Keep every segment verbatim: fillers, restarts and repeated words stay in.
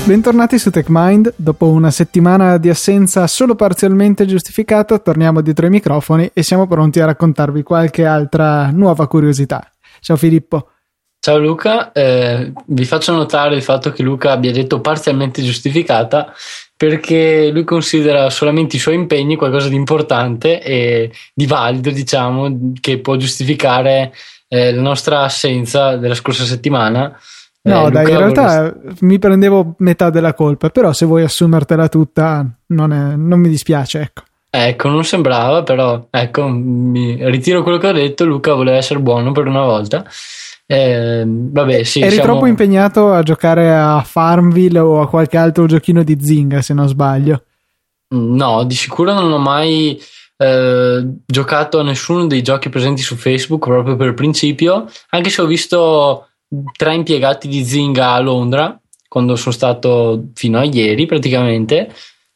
Bentornati su TechMind. Dopo una settimana di assenza solo parzialmente giustificata, torniamo dietro i microfoni e siamo pronti a raccontarvi qualche altra nuova curiosità. Ciao Filippo. Ciao Luca, eh, vi faccio notare il fatto che Luca abbia detto parzialmente giustificata, perché lui considera solamente i suoi impegni qualcosa di importante e di valido, diciamo, che può giustificare eh, la nostra assenza della scorsa settimana. No, eh, dai, Luca in realtà vorresti... mi prendevo metà della colpa, però se vuoi assumertela tutta non, è, non mi dispiace, ecco. Ecco, non sembrava, però ecco, mi ritiro quello che ho detto. Luca voleva essere buono per una volta. Eh, vabbè, sì, Eri siamo... troppo impegnato a giocare a Farmville o a qualche altro giochino di Zynga, se non sbaglio. No, di sicuro non ho mai eh, giocato a nessuno dei giochi presenti su Facebook, proprio per principio, anche se ho visto tre impiegati di Zynga a Londra quando sono stato fino a ieri praticamente,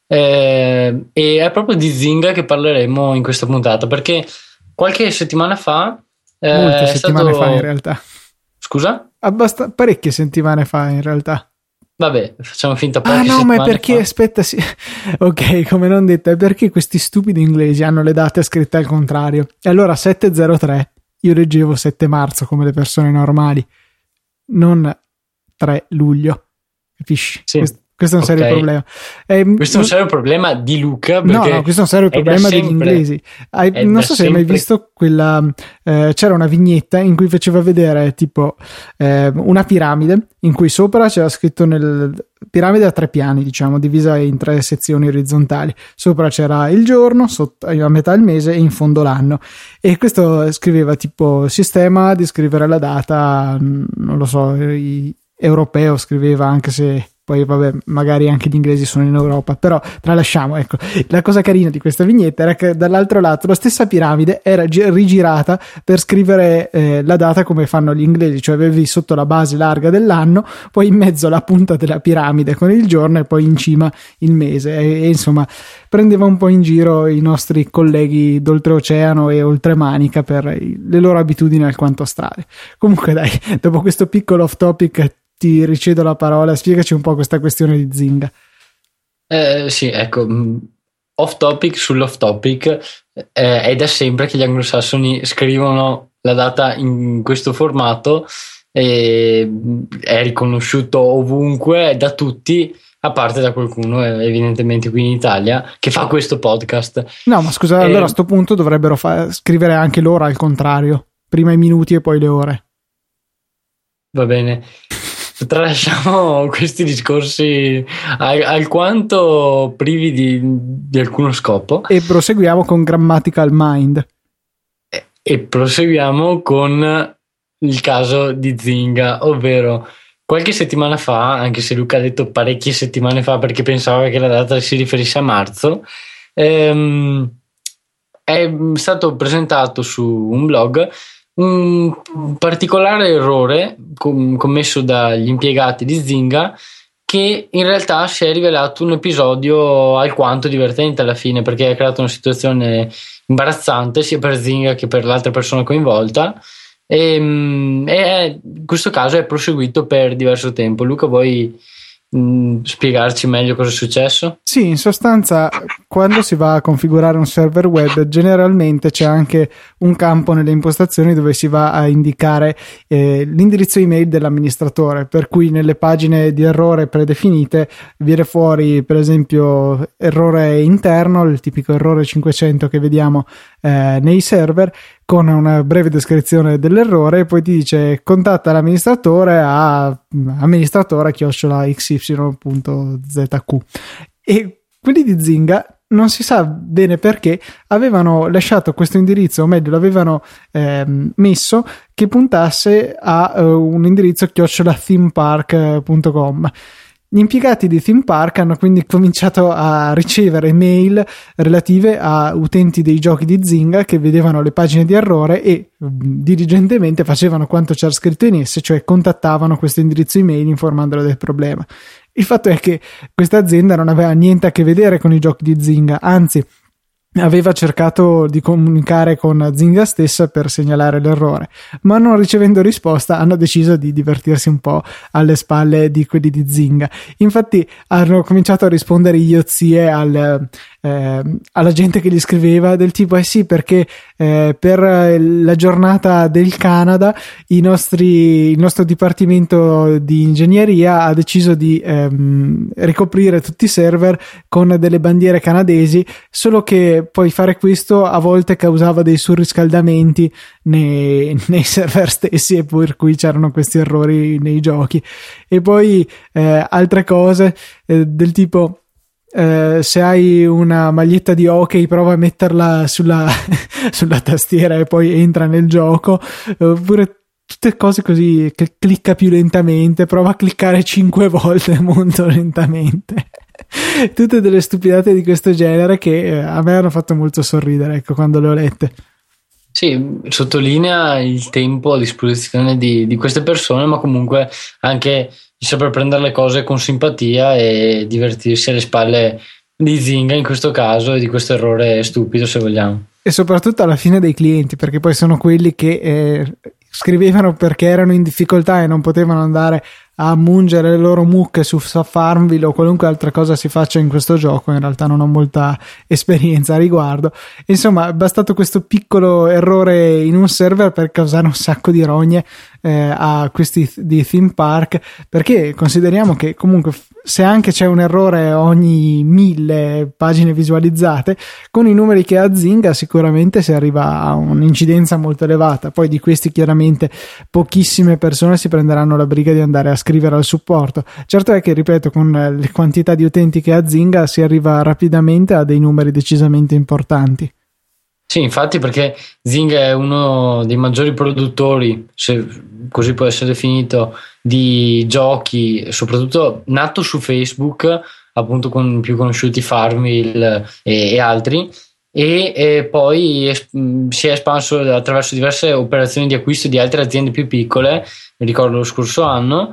eh, e è proprio di Zynga che parleremo in questa puntata, perché qualche settimana fa eh, Molte è settimane stato... fa in realtà. Scusa? Abbast- parecchie settimane fa in realtà. Vabbè, facciamo finta Ah poche no, ma è perché, fa. aspetta, sì. Ok, come non detto, è perché questi stupidi inglesi hanno le date scritte al contrario. E allora sette zero tre, io leggevo sette marzo come le persone normali, non tre luglio, capisci? Sì. Questo, questo è un serio Okay. problema. Eh, Questo è un serio problema di Luca, No, perché no, questo è un serio è da problema degli sempre- inglesi. Hai- è non da so se hai mai sempre- visto quella. Eh, c'era una vignetta in cui faceva vedere tipo eh, una piramide in cui sopra c'era scritto nel piramide a tre piani, diciamo, divisa in tre sezioni orizzontali. Sopra c'era il giorno, sotto, a metà il mese e in fondo l'anno. E questo scriveva tipo sistema di scrivere la data, non lo so, i- europeo scriveva, anche se poi vabbè magari anche gli inglesi sono in Europa, però tralasciamo. Ecco, la cosa carina di questa vignetta era che dall'altro lato la stessa piramide era gi- rigirata per scrivere eh, la data come fanno gli inglesi, cioè avevi sotto la base larga dell'anno, poi in mezzo la punta della piramide con il giorno e poi in cima il mese, e, e insomma prendeva un po' in giro i nostri colleghi d'oltreoceano e oltremanica per i- le loro abitudini alquanto strane. Comunque dai, dopo questo piccolo off topic ti ricedo la parola, spiegaci un po' questa questione di Zynga. Eh, sì, ecco, mh, off topic sull'off topic, eh, è da sempre che gli anglosassoni scrivono la data in questo formato e mh, è riconosciuto ovunque da tutti, a parte da qualcuno, eh, evidentemente qui in Italia, che fa questo podcast. No, ma scusa, Eh, allora a sto punto dovrebbero fa- scrivere anche l'ora al contrario, prima i minuti e poi le ore. Va bene. Tralasciamo questi discorsi al- alquanto privi di, di alcuno scopo E proseguiamo con Grammatical Mind. e, e proseguiamo con il caso di Zynga, ovvero qualche settimana fa, anche se Luca ha detto parecchie settimane fa perché pensava che la data si riferisse a marzo, ehm, è stato presentato su un blog un particolare errore com- commesso dagli impiegati di Zynga, che in realtà si è rivelato un episodio alquanto divertente alla fine, perché ha creato una situazione imbarazzante sia per Zynga che per l'altra persona coinvolta, e, mm, e questo caso è proseguito per diverso tempo. Luca, vuoi mm, spiegarci meglio cosa è successo? Sì, in sostanza, quando si va a configurare un server web, generalmente c'è anche un campo nelle impostazioni dove si va a indicare eh, l'indirizzo email dell'amministratore, per cui nelle pagine di errore predefinite viene fuori, per esempio, errore interno, il tipico errore cinquecento che vediamo eh, nei server, con una breve descrizione dell'errore, e poi ti dice contatta l'amministratore a amministratore chiocciola xy punto zq. E quelli di Zynga, non si sa bene perché, avevano lasciato questo indirizzo, o meglio l'avevano ehm, messo che puntasse a uh, un indirizzo chiocciola themepark punto com. Gli impiegati di Theme Park hanno quindi cominciato a ricevere mail relative a utenti dei giochi di Zynga che vedevano le pagine di errore e diligentemente facevano quanto c'era scritto in esse, cioè contattavano questo indirizzo email informandolo del problema. Il fatto è che questa azienda non aveva niente a che vedere con i giochi di Zynga, anzi aveva cercato di comunicare con Zynga stessa per segnalare l'errore, ma non ricevendo risposta hanno deciso di divertirsi un po' alle spalle di quelli di Zynga. Infatti hanno cominciato a rispondere idiozie al, eh, alla gente che gli scriveva del tipo eh sì perché eh, per la giornata del Canada i nostri, il nostro dipartimento di ingegneria ha deciso di ehm, ricoprire tutti i server con delle bandiere canadesi, solo che poi fare questo a volte causava dei surriscaldamenti nei, nei server stessi e per cui c'erano questi errori nei giochi. E poi eh, altre cose eh, del tipo eh, se hai una maglietta di hockey prova a metterla sulla, sulla tastiera e poi entra nel gioco, oppure tutte cose così, che clicca più lentamente, prova a cliccare cinque volte molto lentamente. Tutte delle stupidate di questo genere che a me hanno fatto molto sorridere, ecco, quando le ho lette. Sì, sottolinea il tempo a disposizione di, di queste persone, ma comunque anche di saper prendere le cose con simpatia e divertirsi alle spalle di Zynga in questo caso e di questo errore stupido, se vogliamo. E soprattutto alla fine dei clienti, perché poi sono quelli che eh, scrivevano perché erano in difficoltà e non potevano andare a mungere le loro mucche su Farmville o qualunque altra cosa si faccia in questo gioco. In realtà non ho molta esperienza a riguardo. Insomma, è bastato questo piccolo errore in un server per causare un sacco di rogne eh, a questi di theme park, perché consideriamo che comunque se anche c'è un errore ogni mille pagine visualizzate, con i numeri che ha Zynga sicuramente si arriva a un'incidenza molto elevata. Poi di questi chiaramente pochissime persone si prenderanno la briga di andare a scrivere al supporto. Certo è che, ripeto, con le quantità di utenti che ha Zynga si arriva rapidamente a dei numeri decisamente importanti. Sì, infatti, perché Zynga è uno dei maggiori produttori, se così può essere definito, di giochi, soprattutto nato su Facebook, appunto con più conosciuti Farmville e, e altri, e, e poi es- si è espanso attraverso diverse operazioni di acquisto di altre aziende più piccole. Mi ricordo lo scorso anno,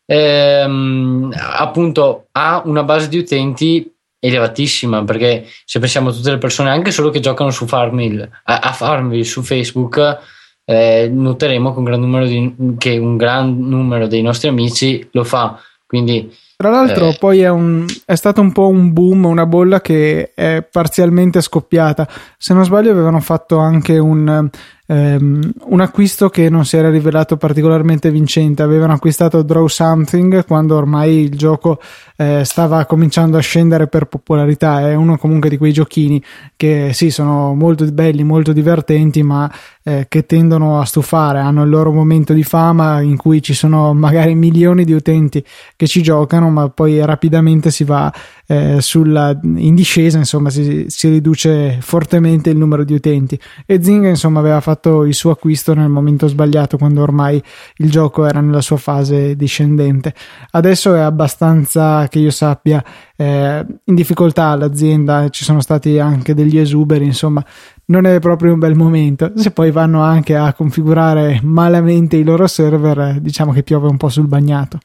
ehm, appunto ha una base di utenti elevatissima, perché se pensiamo a tutte le persone anche solo che giocano su Farmville a, a Farmville su Facebook, eh, noteremo che un gran numero di, che un gran numero dei nostri amici lo fa. Quindi tra l'altro eh, poi è, un, è stato un po' un boom, una bolla che è parzialmente scoppiata. Se non sbaglio avevano fatto anche un Um, un acquisto che non si era rivelato particolarmente vincente. Avevano acquistato Draw Something quando ormai il gioco eh, stava cominciando a scendere per popolarità. È uno comunque di quei giochini che sì, sono molto belli, molto divertenti, ma eh, che tendono a stufare, hanno il loro momento di fama in cui ci sono magari milioni di utenti che ci giocano, ma poi rapidamente si va eh, sulla, in discesa, insomma si, si riduce fortemente il numero di utenti. E Zynga insomma aveva fatto il suo acquisto nel momento sbagliato, quando ormai il gioco era nella sua fase discendente. Adesso è abbastanza, che io sappia, eh, in difficoltà l'azienda, ci sono stati anche degli esuberi, insomma non è proprio un bel momento. Se poi vanno anche a configurare malamente i loro server, diciamo che piove un po' sul bagnato.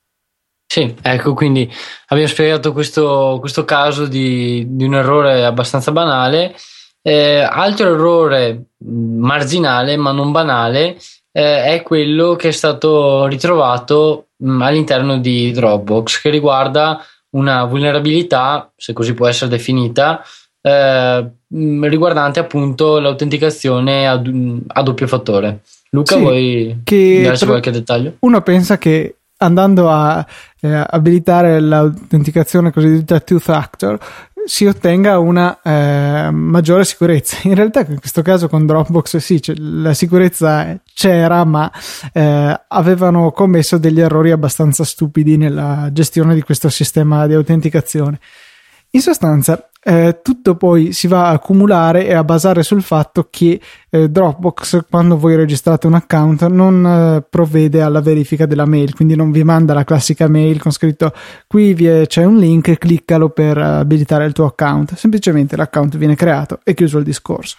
Sì, ecco, quindi abbiamo spiegato questo, questo caso di, di un errore abbastanza banale. Eh, altro errore marginale ma non banale eh, è quello che è stato ritrovato mh, all'interno di Dropbox, che riguarda una vulnerabilità, se così può essere definita, eh, mh, riguardante appunto l'autenticazione a, a doppio fattore. Luca, sì, vuoi darci qualche dettaglio? Uno pensa che andando a eh, abilitare l'autenticazione cosiddetta two factor si ottenga una eh, maggiore sicurezza. In realtà in questo caso con Dropbox sì, cioè, la sicurezza c'era, ma eh, avevano commesso degli errori abbastanza stupidi nella gestione di questo sistema di autenticazione. In sostanza eh, tutto poi si va a accumulare e a basare sul fatto che eh, Dropbox, quando voi registrate un account, non eh, provvede alla verifica della mail, quindi non vi manda la classica mail con scritto qui vi è, c'è un link, cliccalo per abilitare il tuo account. Semplicemente l'account viene creato e chiuso il discorso.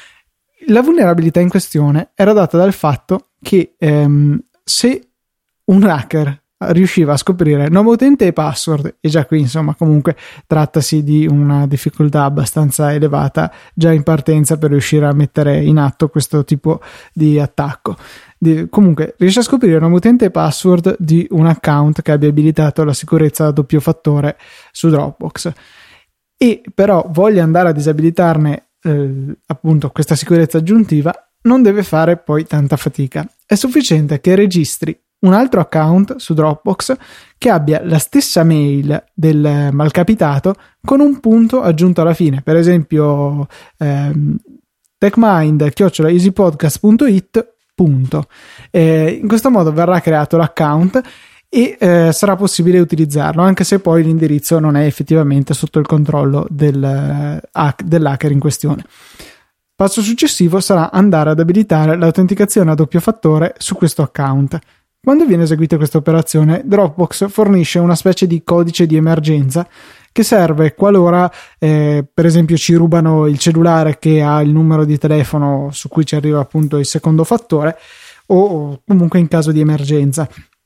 La vulnerabilità in questione era data dal fatto che ehm, se un hacker riusciva a scoprire nome utente e password, e già qui insomma comunque trattasi di una difficoltà abbastanza elevata già in partenza per riuscire a mettere in atto questo tipo di attacco. Di, comunque riesce a scoprire nome utente e password di un account che abbia abilitato la sicurezza a doppio fattore su Dropbox, e però voglia andare a disabilitarne eh, appunto questa sicurezza aggiuntiva, non deve fare poi tanta fatica. È sufficiente che registri un altro account su Dropbox che abbia la stessa mail del malcapitato con un punto aggiunto alla fine, per esempio ehm, techmind chiocciola easypodcast punto it punto. Eh, in questo modo verrà creato l'account e eh, sarà possibile utilizzarlo, anche se poi l'indirizzo non è effettivamente sotto il controllo del, uh, dell'hacker in questione. Passo successivo sarà andare ad abilitare l'autenticazione a doppio fattore su questo account. Quando viene eseguita questa operazione, Dropbox fornisce una specie di codice di emergenza che serve qualora eh, per esempio ci rubano il cellulare che ha il numero di telefono su cui ci arriva appunto il secondo fattore, o comunque in caso di emergenza.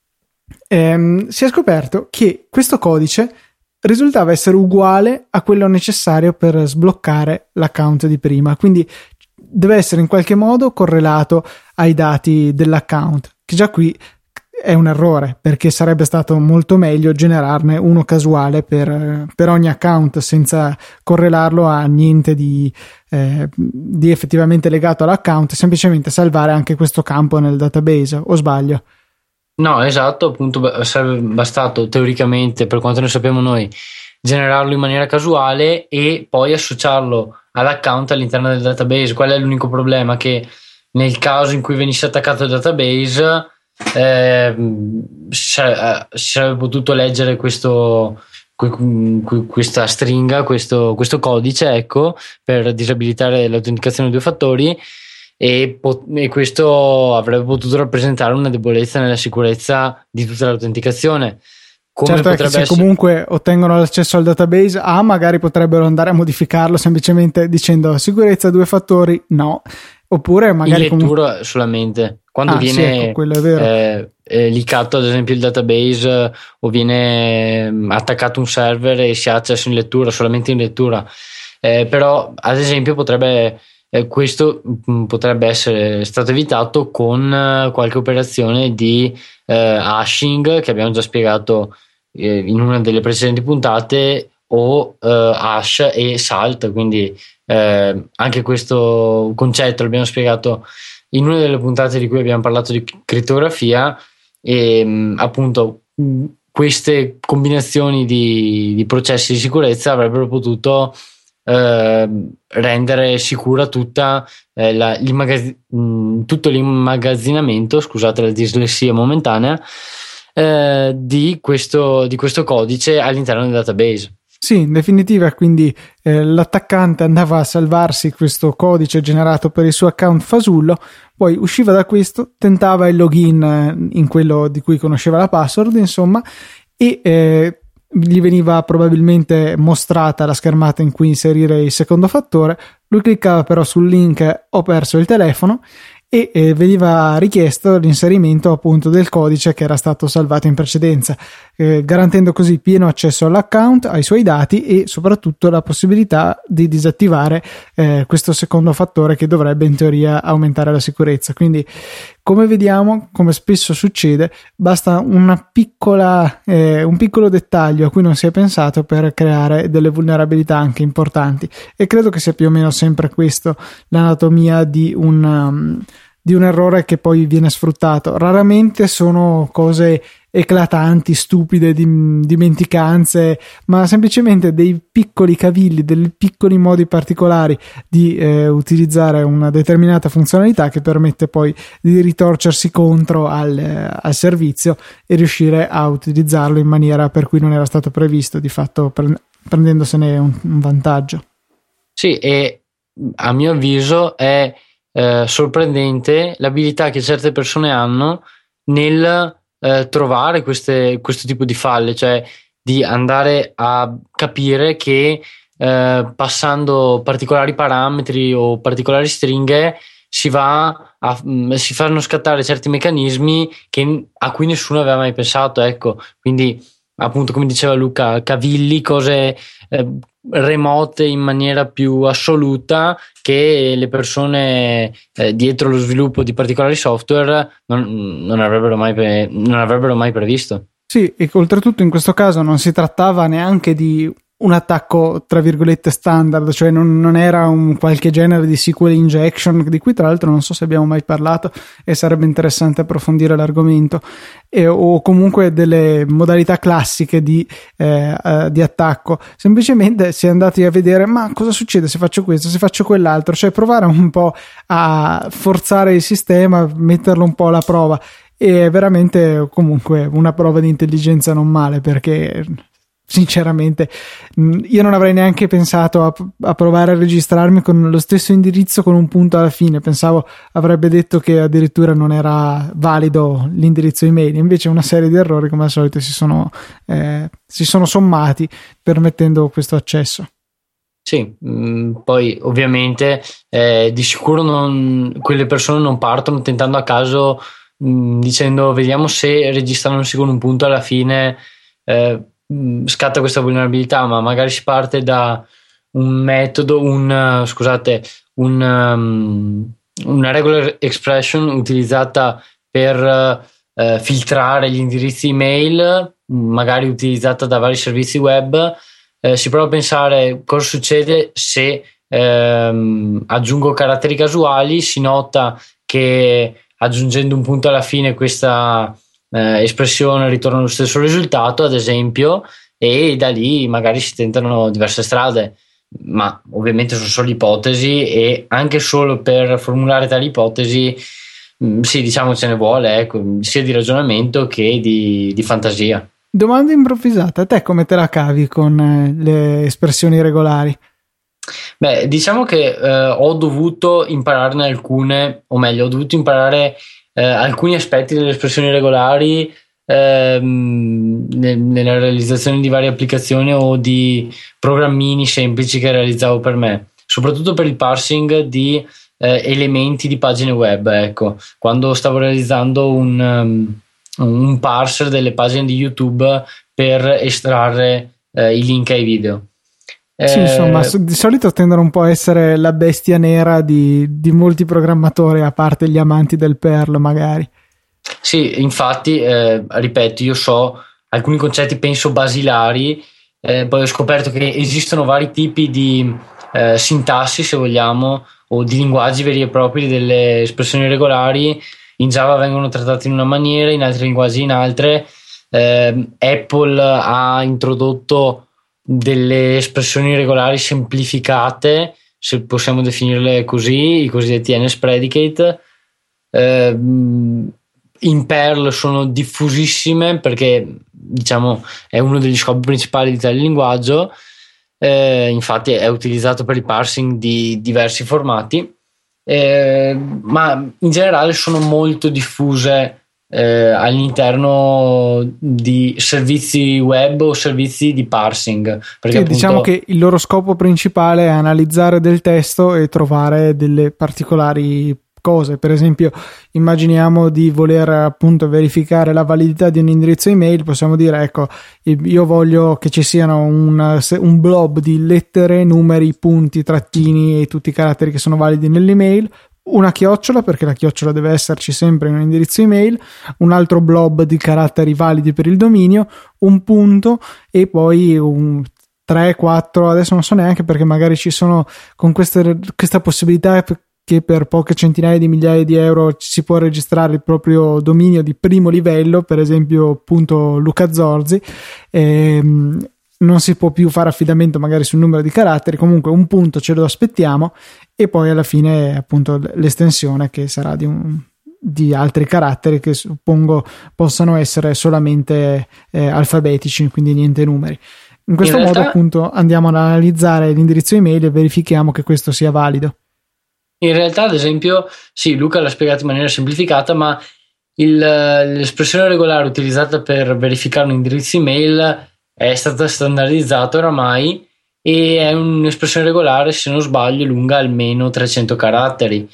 Ehm, si è scoperto che questo codice risultava essere uguale a quello necessario per sbloccare l'account di prima, quindi deve essere in qualche modo correlato ai dati dell'account, che già qui è un errore, perché sarebbe stato molto meglio generarne uno casuale per, per ogni account senza correlarlo a niente di, eh, di effettivamente legato all'account, semplicemente salvare anche questo campo nel database, o sbaglio? No, esatto, appunto sarebbe bastato teoricamente, per quanto ne sappiamo noi, generarlo in maniera casuale e poi associarlo all'account all'interno del database. Qual è l'unico problema? Che nel caso in cui venisse attaccato il database eh, si sarebbe potuto leggere questo, questa stringa, questo, questo codice, ecco, per disabilitare l'autenticazione a due fattori, e, pot- e questo avrebbe potuto rappresentare una debolezza nella sicurezza di tutta l'autenticazione. Come certo, è che se essere... comunque ottengono l'accesso al database, ah, magari potrebbero andare a modificarlo semplicemente dicendo sicurezza due fattori, no, oppure magari in lettura comunque... solamente quando ah, viene sì, ecco, quello è vero. eh, eh, leakato ad esempio il database, o viene attaccato un server e si ha accesso in lettura, solamente in lettura, eh, però ad esempio potrebbe eh, questo mh, potrebbe essere stato evitato con eh, qualche operazione di eh, hashing che abbiamo già spiegato eh, in una delle precedenti puntate, o eh, hash e salt, quindi eh, anche questo concetto l'abbiamo spiegato in una delle puntate di cui abbiamo parlato di crittografia, e mh, appunto mh, queste combinazioni di, di processi di sicurezza avrebbero potuto eh, rendere sicura tutta eh, la, l'immagazz- mh, tutto l'immagazzinamento, scusate la dislessia momentanea, eh, di, questo, di questo codice all'interno del database. Sì, in definitiva, quindi eh, l'attaccante andava a salvarsi questo codice generato per il suo account fasullo, poi usciva da questo, tentava il login eh, in quello di cui conosceva la password, insomma, e eh, gli veniva probabilmente mostrata la schermata in cui inserire il secondo fattore. Lui cliccava però sul link "ho perso il telefono" e eh, veniva richiesto l'inserimento appunto del codice che era stato salvato in precedenza, eh, garantendo così pieno accesso all'account, ai suoi dati, e soprattutto la possibilità di disattivare eh, questo secondo fattore che dovrebbe in teoria aumentare la sicurezza. Quindi, come vediamo, come spesso succede, basta una piccola, eh, un piccolo dettaglio a cui non si è pensato per creare delle vulnerabilità anche importanti, e credo che sia più o meno sempre questo l'anatomia di un um, di un errore che poi viene sfruttato. Raramente sono cose eclatanti, stupide, dim- dimenticanze, ma semplicemente dei piccoli cavilli, dei piccoli modi particolari di eh, utilizzare una determinata funzionalità che permette poi di ritorcersi contro al, eh, al servizio e riuscire a utilizzarlo in maniera per cui non era stato previsto, di fatto pre- prendendosene un, un vantaggio. Sì, e a mio avviso è Eh, sorprendente l'abilità che certe persone hanno nel eh, trovare queste, questo tipo di falle, cioè di andare a capire che eh, passando particolari parametri o particolari stringhe si va a, si fanno scattare certi meccanismi che, a cui nessuno aveva mai pensato, ecco. Quindi appunto, come diceva Luca, cavilli, cose eh, remote in maniera più assoluta che le persone eh, dietro lo sviluppo di particolari software non, non avrebbero mai pre- non avrebbero mai previsto. Sì, e oltretutto in questo caso non si trattava neanche di un attacco tra virgolette standard, cioè non, non era un qualche genere di S Q L injection, di cui tra l'altro non so se abbiamo mai parlato e sarebbe interessante approfondire l'argomento, e, o comunque delle modalità classiche di, eh, uh, di attacco. Semplicemente si è andati a vedere ma cosa succede se faccio questo, se faccio quell'altro, cioè provare un po' a forzare il sistema, metterlo un po' alla prova. E è veramente comunque una prova di intelligenza non male, perché sinceramente io non avrei neanche pensato a, a provare a registrarmi con lo stesso indirizzo con un punto alla fine. Pensavo avrebbe detto che addirittura non era valido l'indirizzo email, invece una serie di errori come al solito si sono, eh, si sono sommati permettendo questo accesso. Sì, mh, poi ovviamente eh, di sicuro non, quelle persone non partono tentando a caso mh, dicendo vediamo se registrandosi con un punto alla fine eh, scatta questa vulnerabilità, ma magari si parte da un metodo, un uh, scusate, un, um, una regular expression utilizzata per uh, filtrare gli indirizzi email, magari utilizzata da vari servizi web. Eh, si prova a pensare cosa succede se ehm, aggiungo caratteri casuali. Si nota che aggiungendo un punto alla fine questa Eh, espressione ritorna allo stesso risultato, ad esempio, e da lì magari si tentano diverse strade, ma ovviamente sono solo ipotesi, e anche solo per formulare tali ipotesi mh, sì, diciamo ce ne vuole, ecco, sia di ragionamento che di, di fantasia. Domanda improvvisata, te come te la cavi con eh, le espressioni regolari? Beh, diciamo che eh, ho dovuto impararne alcune, o meglio, ho dovuto imparare eh, alcuni aspetti delle espressioni regolari ehm, nel, nella realizzazione di varie applicazioni o di programmini semplici che realizzavo per me, soprattutto per il parsing di eh, elementi di pagine web. Ecco, quando stavo realizzando un, um, un parser delle pagine di YouTube per estrarre eh, i link ai video. Sì, insomma, di solito tendono un po' a essere la bestia nera di, di molti programmatori, a parte gli amanti del Perl magari. Sì, infatti, eh, ripeto, io so alcuni concetti penso basilari, eh, poi ho scoperto che esistono vari tipi di eh, sintassi, se vogliamo, o di linguaggi veri e propri delle espressioni regolari. In Java vengono trattate in una maniera, in altri linguaggi in altre. eh, Apple ha introdotto delle espressioni regolari semplificate, se possiamo definirle così, i cosiddetti N S predicate. Eh, in Perl sono diffusissime perché diciamo è uno degli scopi principali di tale linguaggio. Eh, infatti è utilizzato per il parsing di diversi formati, eh, ma in generale sono molto diffuse Eh, all'interno di servizi web o servizi di parsing, perché sì, appunto... diciamo che il loro scopo principale è analizzare del testo e trovare delle particolari cose. Per esempio, immaginiamo di voler appunto verificare la validità di un indirizzo email, possiamo dire ecco, io voglio che ci siano un, un blob di lettere, numeri, punti, trattini e tutti i caratteri che sono validi nell'email, una chiocciola perché la chiocciola deve esserci sempre in un indirizzo email, un altro blob di caratteri validi per il dominio, un punto e poi un tre quattro, adesso non so neanche perché magari ci sono con queste, questa possibilità che per poche centinaia di migliaia di euro si può registrare il proprio dominio di primo livello, per esempio punto Luca Zorzi, ehm, non si può più fare affidamento magari sul numero di caratteri, comunque un punto ce lo aspettiamo e poi alla fine appunto l'estensione che sarà di, un, di altri caratteri che suppongo possano essere solamente eh, alfabetici, quindi niente numeri. In questo in modo realtà, appunto andiamo ad analizzare l'indirizzo email e verifichiamo che questo sia valido. In realtà ad esempio sì, Luca l'ha spiegato in maniera semplificata, ma il, l'espressione regolare utilizzata per verificare un indirizzo email è stata standardizzata oramai e è un'espressione regolare, se non sbaglio, lunga almeno trecento caratteri.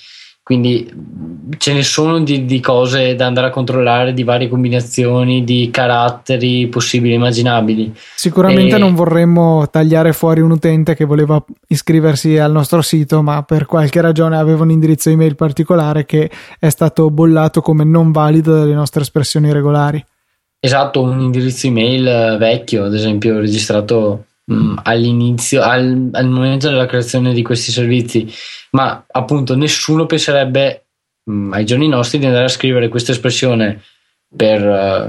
quindi ce ne sono di, di cose da andare a controllare, di varie combinazioni di caratteri possibili e immaginabili. Sicuramente e... non vorremmo tagliare fuori un utente che voleva iscriversi al nostro sito, ma per qualche ragione aveva un indirizzo email particolare che è stato bollato come non valido dalle nostre espressioni regolari. Esatto, un indirizzo email vecchio, ad esempio registrato mh, all'inizio, al, al momento della creazione di questi servizi, ma appunto nessuno penserebbe mh, ai giorni nostri di andare a scrivere questa espressione per,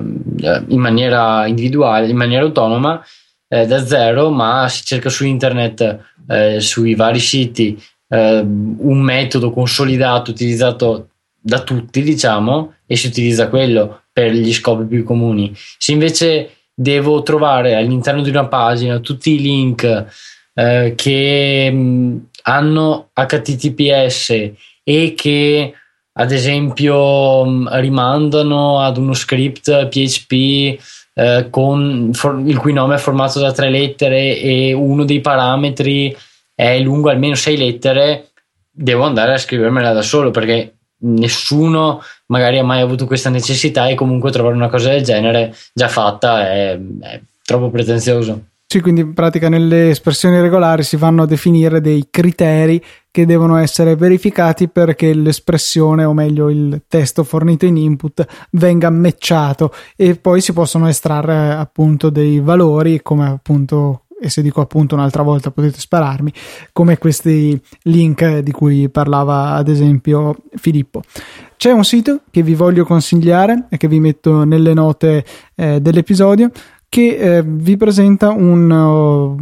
uh, in maniera individuale, in maniera autonoma, eh, da zero, ma si cerca su internet, eh, sui vari siti, eh, un metodo consolidato utilizzato da tutti, diciamo, e si utilizza quello per gli scopi più comuni. Se invece devo trovare all'interno di una pagina tutti i link eh, che mh, hanno H T T P S e che ad esempio mh, rimandano ad uno script P H P eh, con for- il cui nome è formato da tre lettere e uno dei parametri è lungo almeno sei lettere, devo andare a scrivermela da solo, perché nessuno magari ha mai avuto questa necessità, e comunque trovare una cosa del genere già fatta è, è troppo pretenzioso. Sì, quindi in pratica nelle espressioni regolari si vanno a definire dei criteri che devono essere verificati perché l'espressione, o meglio il testo fornito in input, venga matchato, e poi si possono estrarre appunto dei valori, come appunto, e se dico appunto un'altra volta potete spararmi, come questi link di cui parlava ad esempio Filippo. C'è un sito che vi voglio consigliare e che vi metto nelle note eh, dell'episodio, che eh, vi presenta un, uh,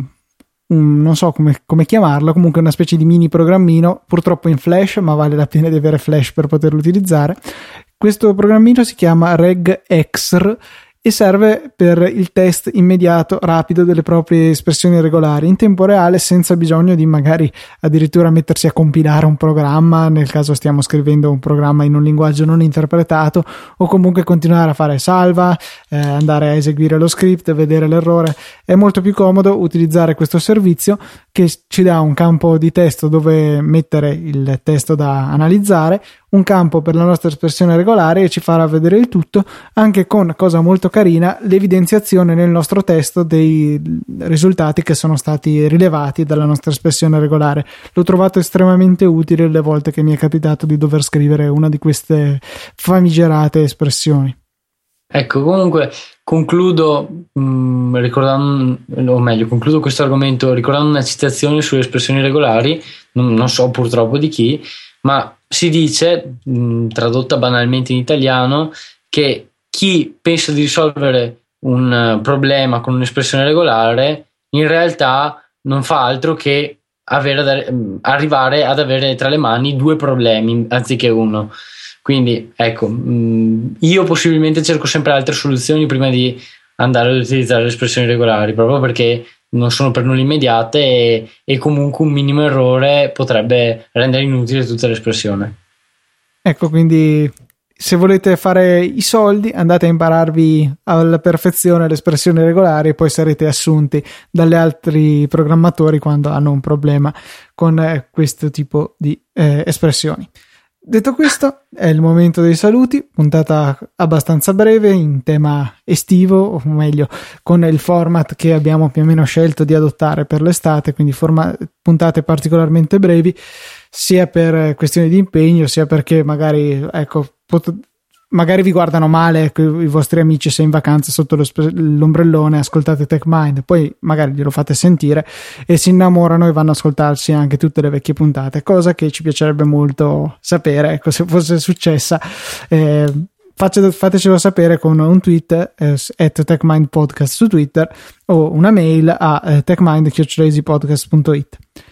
un non so come, come chiamarlo, comunque una specie di mini programmino, purtroppo in Flash, ma vale la pena di avere Flash per poterlo utilizzare. Questo programmino si chiama regexr e serve per il test immediato, rapido delle proprie espressioni regolari in tempo reale, senza bisogno di magari addirittura mettersi a compilare un programma, nel caso stiamo scrivendo un programma in un linguaggio non interpretato, o comunque continuare a fare salva, eh, andare a eseguire lo script, vedere l'errore. È molto più comodo utilizzare questo servizio, che ci dà un campo di testo dove mettere il testo da analizzare, un campo per la nostra espressione regolare, e ci farà vedere il tutto, anche con, cosa molto carina, l'evidenziazione nel nostro testo dei risultati che sono stati rilevati dalla nostra espressione regolare. L'ho trovato estremamente utile le volte che mi è capitato di dover scrivere una di queste famigerate espressioni. Ecco, comunque concludo mh, ricordando, o meglio, concludo questo argomento ricordando una citazione sulle espressioni regolari, non, non so purtroppo di chi, ma si dice, mh, tradotta banalmente in italiano, che chi pensa di risolvere un problema con un'espressione regolare in realtà non fa altro che avere ad, arrivare ad avere tra le mani due problemi anziché uno. Quindi ecco, mh, io possibilmente cerco sempre altre soluzioni prima di andare ad utilizzare le espressioni regolari, proprio perché non sono per nulla immediate e, e comunque un minimo errore potrebbe rendere inutile tutta l'espressione. Ecco, quindi se volete fare i soldi, andate a impararvi alla perfezione le espressioni regolari, e poi sarete assunti dagli altri programmatori quando hanno un problema con eh, questo tipo di eh, espressioni. Detto questo, è il momento dei saluti, puntata abbastanza breve in tema estivo, o meglio con il format che abbiamo più o meno scelto di adottare per l'estate, quindi forma- puntate particolarmente brevi, sia per questioni di impegno, sia perché magari ecco pot- magari vi guardano male, ecco, i vostri amici, se in vacanza sotto lo sp- l'ombrellone ascoltate TechMind, poi magari glielo fate sentire e si innamorano e vanno ad ascoltarsi anche tutte le vecchie puntate, cosa che ci piacerebbe molto sapere, ecco, se fosse successa. eh, faccio, fatecelo sapere con un tweet eh, at TechMind Podcast su Twitter, o una mail a eh, techmind chiocciola easypodcast punto it.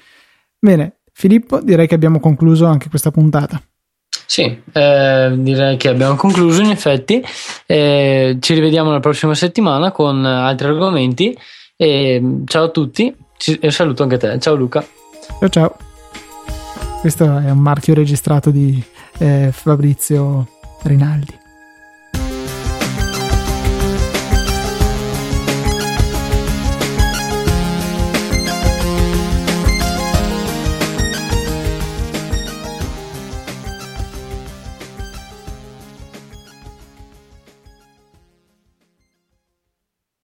Bene, Filippo, direi che abbiamo concluso anche questa puntata. Sì, eh, direi che abbiamo concluso in effetti. Eh, ci rivediamo la prossima settimana con altri argomenti, e ciao a tutti, e saluto anche te. Ciao Luca. Ciao ciao. Questo è un marchio registrato di eh, Fabrizio Rinaldi.